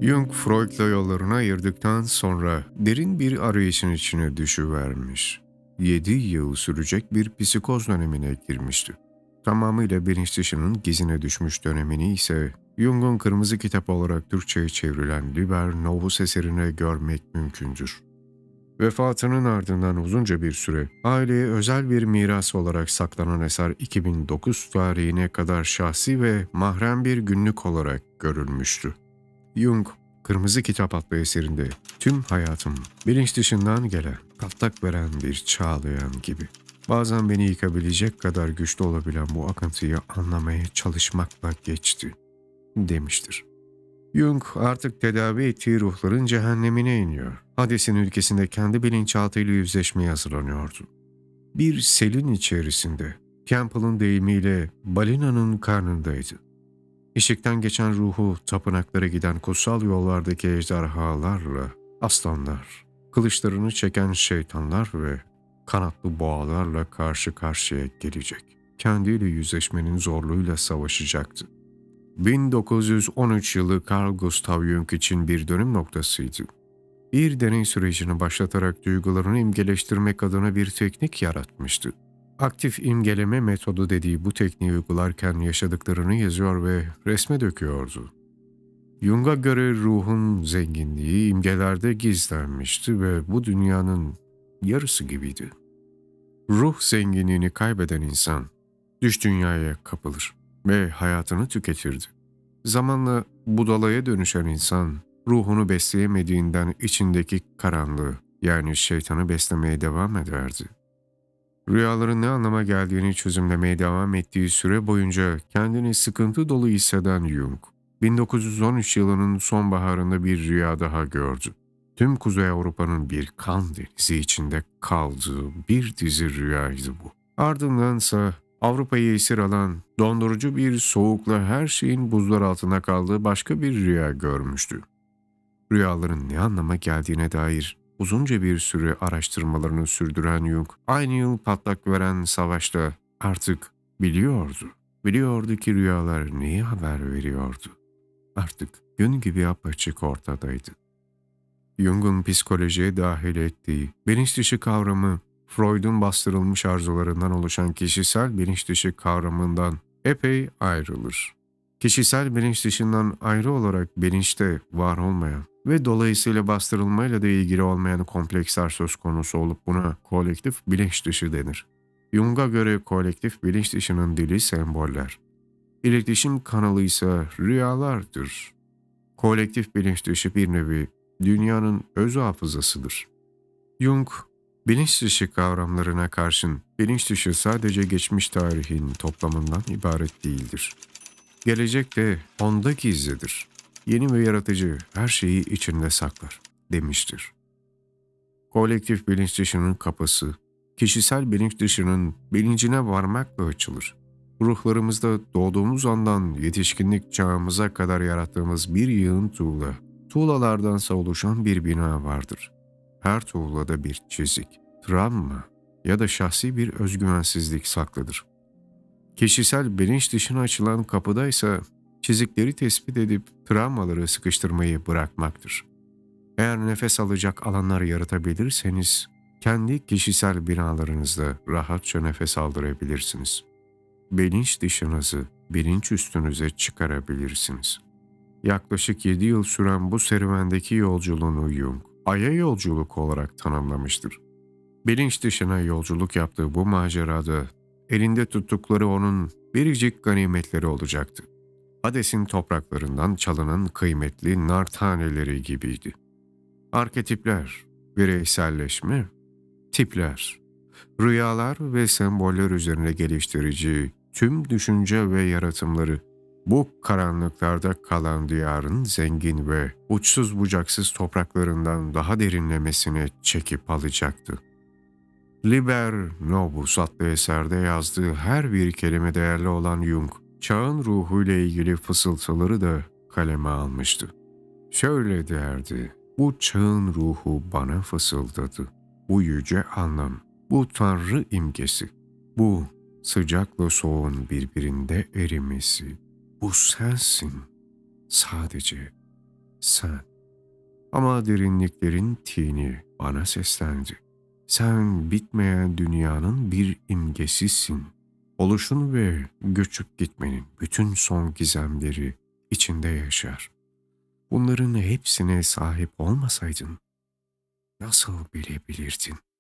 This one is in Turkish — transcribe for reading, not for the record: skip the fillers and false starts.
Jung, Freud'la yollarını ayırdıktan sonra derin bir arayışın içine düşüvermiş. 7 yıl sürecek bir psikoz dönemine girmişti. Tamamıyla bilinç dışının gizine düşmüş dönemini ise Jung'un Kırmızı Kitap olarak Türkçe'ye çevrilen Liber Novus eserine görmek mümkündür. Vefatının ardından uzunca bir süre aileye özel bir miras olarak saklanan eser 2009 tarihine kadar şahsi ve mahrem bir günlük olarak görülmüştü. Jung, Kırmızı Kitap adlı eserinde tüm hayatım bilinç dışından gelen, patlak veren bir çağlayan gibi. Bazen beni yıkabilecek kadar güçlü olabilen bu akıntıyı anlamaya çalışmakla geçti, demiştir. Jung artık tedavi ettiği ruhların cehennemine iniyor. Hades'in ülkesinde kendi bilinçaltıyla yüzleşmeye hazırlanıyordu. Bir selin içerisinde, Campbell'ın deyimiyle balinanın karnındaydı. Işıktan geçen ruhu tapınaklara giden kutsal yollardaki ejderhalarla, aslanlar, kılıçlarını çeken şeytanlar ve kanatlı boğalarla karşı karşıya gelecek. Kendiyle yüzleşmenin zorluğuyla savaşacaktı. 1913 yılı Carl Gustav Jung için bir dönüm noktasıydı. Bir deney sürecini başlatarak duygularını imgeleştirmek adına bir teknik yaratmıştı. Aktif imgeleme metodu dediği bu tekniği uygularken yaşadıklarını yazıyor ve resme döküyordu. Jung'a göre ruhun zenginliği imgelerde gizlenmişti ve bu dünyanın yarısı gibiydi. Ruh zenginliğini kaybeden insan dış dünyaya kapılır ve hayatını tüketirdi. Zamanla budalaya dönüşen insan ruhunu besleyemediğinden içindeki karanlığı yani şeytanı beslemeye devam ederdi. Rüyaların ne anlama geldiğini çözümlemeye devam ettiği süre boyunca kendini sıkıntı dolu hisseden Jung, 1913 yılının sonbaharında bir rüya daha gördü. Tüm Kuzey Avrupa'nın bir kan denizi içinde kaldığı bir dizi rüyaydı bu. Ardındansa Avrupa'yı esir alan, dondurucu bir soğukla her şeyin buzlar altında kaldığı başka bir rüya görmüştü. Rüyaların ne anlama geldiğine dair uzunca bir süre araştırmalarını sürdüren Jung, aynı yıl patlak veren savaşta artık biliyordu. Biliyordu ki rüyalar neyi haber veriyordu. Artık gün gibi apaçık ortadaydı. Jung'un psikolojiye dahil ettiği bilinç dışı kavramı, Freud'un bastırılmış arzularından oluşan kişisel bilinç dışı kavramından epey ayrılır. Kişisel bilinç dışından ayrı olarak bilinçte var olmayan ve dolayısıyla bastırılmayla da ilgili olmayan kompleksler söz konusu olup buna kolektif bilinç dışı denir. Jung'a göre kolektif bilinç dışının dili semboller. İletişim kanalı ise rüyalardır. Kolektif bilinç dışı bir nevi dünyanın öz hafızasıdır. Jung, bilinç dışı kavramlarına karşın bilinç dışı sadece geçmiş tarihin toplamından ibaret değildir. Gelecek de onda gizlidir. Yeni ve yaratıcı her şeyi içinde saklar, demiştir. Kolektif bilinç dışının kapısı, kişisel bilinç dışının bilincine varmakla açılır. Ruhlarımızda doğduğumuz andan yetişkinlik çağımıza kadar yarattığımız bir yığın tuğla, tuğlalardansa oluşan bir bina vardır. Her tuğlada bir çizik, travma ya da şahsi bir özgüvensizlik saklıdır. Kişisel bilinç dışına açılan kapıdaysa çizikleri tespit edip travmaları sıkıştırmayı bırakmaktır. Eğer nefes alacak alanlar yaratabilirseniz, kendi kişisel binalarınızda rahatça nefes aldırabilirsiniz. Bilinç dışınızı bilinç üstünüze çıkarabilirsiniz. Yaklaşık 7 yıl süren bu serüvendeki yolculuğunu Jung, Ay'a yolculuk olarak tanımlamıştır. Bilinç dışına yolculuk yaptığı bu macerada elinde tuttukları onun biricik ganimetleri olacaktı. Hades'in topraklarından çalınan kıymetli nar taneleri gibiydi. Arketipler, bireyselleşme, tipler, rüyalar ve semboller üzerine geliştirici tüm düşünce ve yaratımları bu karanlıklarda kalan diyarın zengin ve uçsuz bucaksız topraklarından daha derinlemesine çekip alacaktı. Liber Novus adlı eserde yazdığı her bir kelime değerli olan Jung, çağın ruhuyla ilgili fısıltıları da kaleme almıştı. Şöyle derdi, bu çağın ruhu bana fısıldadı. Bu yüce anlam, bu tanrı imgesi, bu sıcakla soğuğun birbirinde erimesi, bu sensin, sadece Sen. Ama derinliklerin tini bana seslendi. Sen bitmeyen dünyanın bir imgesisin. Oluşun ve göçüp gitmenin bütün son gizemleri içinde yaşar. Bunların hepsine sahip olmasaydın nasıl bilebilirdin?